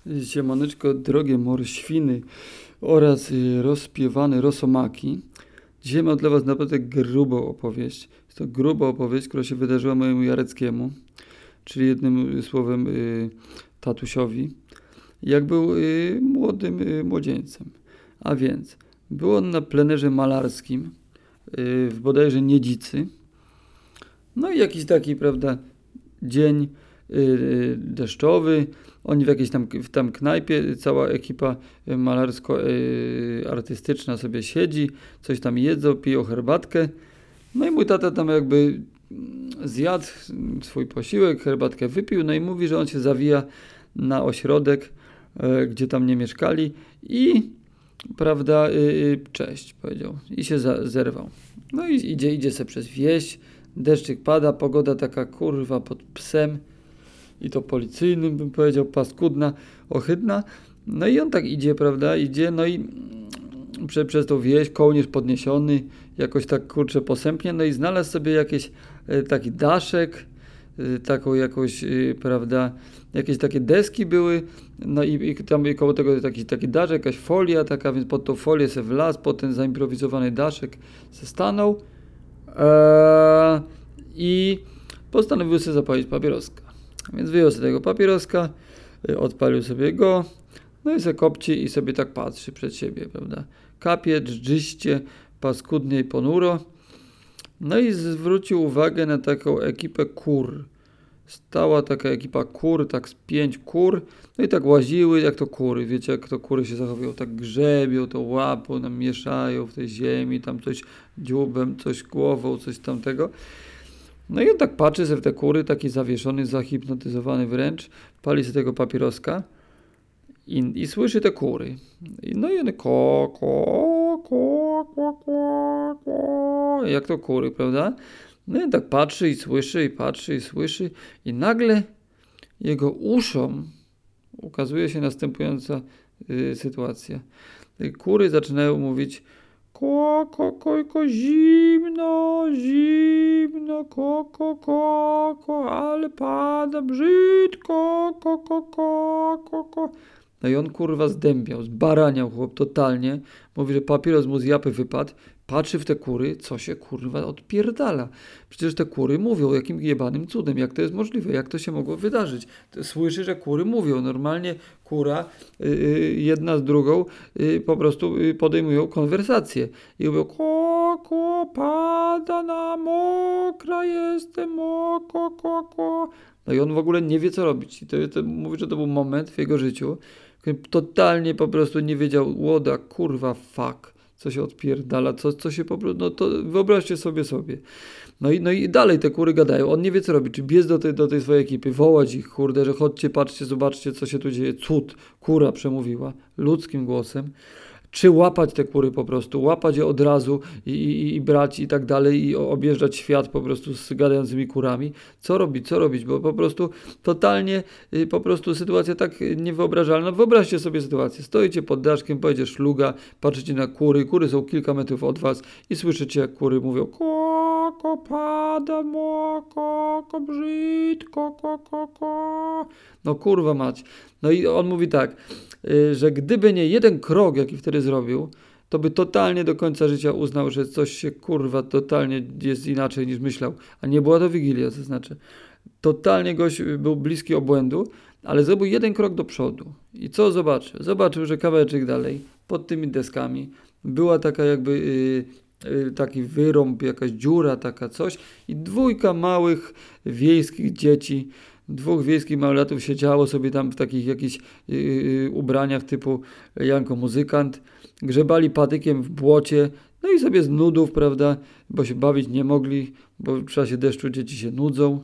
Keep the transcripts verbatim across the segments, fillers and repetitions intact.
Siemaneczko, drogie morświny oraz y, rozpiewane rosomaki. Dzisiaj mam dla was naprawdę grubą opowieść. Jest to gruba opowieść, która się wydarzyła mojemu Jareckiemu, czyli jednym słowem y, tatusiowi, jak był y, młodym y, młodzieńcem. A więc, był on na plenerze malarskim y, w bodajże Niedzicy. No i jakiś taki, prawda, dzień yy, deszczowy. Oni w jakiejś tam, w tam knajpie, cała ekipa malarsko-artystyczna sobie siedzi, coś tam jedzą, piją herbatkę. No i mój tata tam jakby zjadł swój posiłek, herbatkę wypił, no i mówi, że on się zawija na ośrodek, yy, gdzie tam nie mieszkali i prawda, yy, cześć, powiedział. I się za, zerwał. No i idzie, idzie sobie przez wieś. Deszczyk pada, pogoda taka kurwa pod psem i to policyjnym bym powiedział, paskudna, ohydna. No i on tak idzie, prawda, idzie, no i prze, przez tą wieś, kołnierz podniesiony, jakoś tak kurczę posępnie, no i znalazł sobie jakiś e, taki daszek, e, taką jakąś, e, prawda, jakieś takie deski były, no i, i tam koło tego taki, taki daszek, jakaś folia taka, więc pod tą folię se wlazł, pod ten zaimprowizowany daszek se stanął. Eee, I postanowił sobie zapalić papieroska. Więc wyjął sobie tego papieroska, y, odpalił sobie go, no i se kopci i sobie tak patrzy przed siebie, prawda? Kapie, dżdżyście, paskudnie i ponuro. No i zwrócił uwagę na taką ekipę kur. Stała taka ekipa kur, tak z pięć kur, no i tak łaziły jak to kury. Wiecie, jak to kury się zachowują, tak grzebią, to łapą, tam mieszają w tej ziemi, tam coś dziubem, coś głową, coś tamtego. No i on tak patrzy sobie w te kury, taki zawieszony, zahipnotyzowany wręcz, pali sobie tego papieroska i, i słyszy te kury. I, no i one ko, ko, ko, ko, ko, ko, jak to kury, prawda? No i on tak patrzy i słyszy, i patrzy i słyszy i nagle jego uszom ukazuje się następująca y, sytuacja. I kury zaczynają mówić ko, ko, ko, ko, zimno, zimno, ko, ko, ko, ko, ale pada brzydko, ko, ko, ko, ko, ko. No i on kurwa zdębiał, zbaraniał chłop totalnie. Mówi, że papieros mu z japy wypadł. Patrzy w te kury, co się kurwa odpierdala. Przecież te kury mówią, jakim jebanym cudem, jak to jest możliwe, jak to się mogło wydarzyć. Słyszy, że kury mówią. Normalnie kura yy, jedna z drugą yy, po prostu yy, podejmują konwersację. I mówią, ko, ko, pada na mokra jestem, moko, ko, ko. No i on w ogóle nie wie, co robić. I to, to mówi, że to był moment w jego życiu, który totalnie po prostu nie wiedział, łoda, kurwa, fuck. Co się odpierdala, co, co się po prostu, no to wyobraźcie sobie sobie. No i, no i dalej te kury gadają, on nie wie co robić, czy biec do tej, do tej swojej ekipy, wołać ich, kurde, że chodźcie, patrzcie, zobaczcie co się tu dzieje, cud, kura przemówiła ludzkim głosem, czy łapać te kury po prostu, łapać je od razu i, i, i brać i tak dalej i objeżdżać świat po prostu z gadającymi kurami. Co robić, co robić, bo po prostu totalnie y, po prostu sytuacja tak niewyobrażalna. Wyobraźcie sobie sytuację, stoicie pod daszkiem, pojedzie szluga, patrzycie na kury, kury są kilka metrów od was i słyszycie jak kury mówią ko, ko, pada, moko, ko, brzydko, ko, ko, ko. No kurwa mać. No i on mówi tak, yy, że gdyby nie jeden krok, jaki wtedy zrobił, to by totalnie do końca życia uznał, że coś się kurwa totalnie jest inaczej niż myślał. A nie była to Wigilia, to znaczy. Totalnie gość był bliski obłędu, ale zrobił jeden krok do przodu. I co zobaczył? Zobaczył, że kawałeczek dalej, pod tymi deskami, była taka jakby... Yy, yy, taki wyrąb, jakaś dziura, taka coś i dwójka małych wiejskich dzieci, dwóch wiejskich małolatów siedziało sobie tam w takich jakichś yy, ubraniach typu Janko Muzykant, grzebali patykiem w błocie, no i sobie z nudów, prawda, bo się bawić nie mogli, bo w czasie deszczu dzieci się nudzą,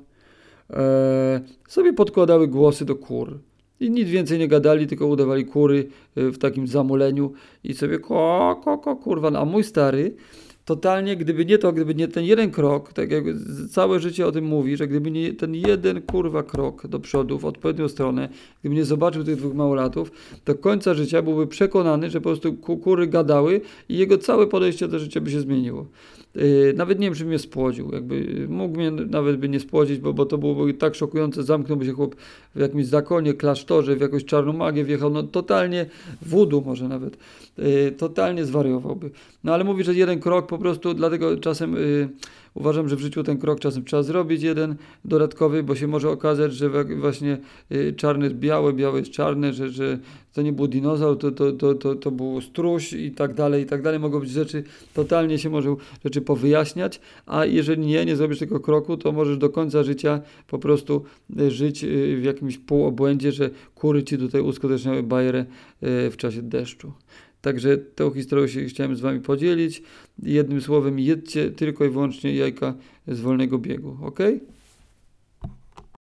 eee, sobie podkładały głosy do kur. I nic więcej nie gadali, tylko udawali kury w takim zamuleniu i sobie ko, ko, ko, kurwa. A mój stary totalnie, gdyby nie to, gdyby nie ten jeden krok, tak jak całe życie o tym mówi, że gdyby nie ten jeden kurwa krok do przodu w odpowiednią stronę, gdyby nie zobaczył tych dwóch małolatów, do końca życia byłby przekonany, że po prostu kury gadały i jego całe podejście do życia by się zmieniło. Yy, nawet nie wiem, czy mnie spłodził. Jakby mógł mnie nawet by nie spłodzić, bo, bo to byłoby tak szokujące. Zamknąłby się chłop w jakimś zakonie, klasztorze, w jakąś czarną magię wjechał. No totalnie wudu może nawet. Yy, totalnie zwariowałby. No ale mówi, że jeden krok po prostu, dlatego czasem yy, uważam, że w życiu ten krok czasem trzeba zrobić jeden dodatkowy, bo się może okazać, że właśnie yy, czarny jest biały, biały jest czarny, że, że to nie był dinozaur, to, to, to, to, to był struś i tak dalej, i tak dalej. Mogą być rzeczy, totalnie się może rzeczy powyjaśniać, a jeżeli nie, nie zrobisz tego kroku, to możesz do końca życia po prostu y, żyć y, w jakimś półobłędzie, że kury ci tutaj uskuteczniały bajerę y, w czasie deszczu. Także tą historią się chciałem z wami podzielić. Jednym słowem, jedzcie tylko i wyłącznie jajka z wolnego biegu, ok?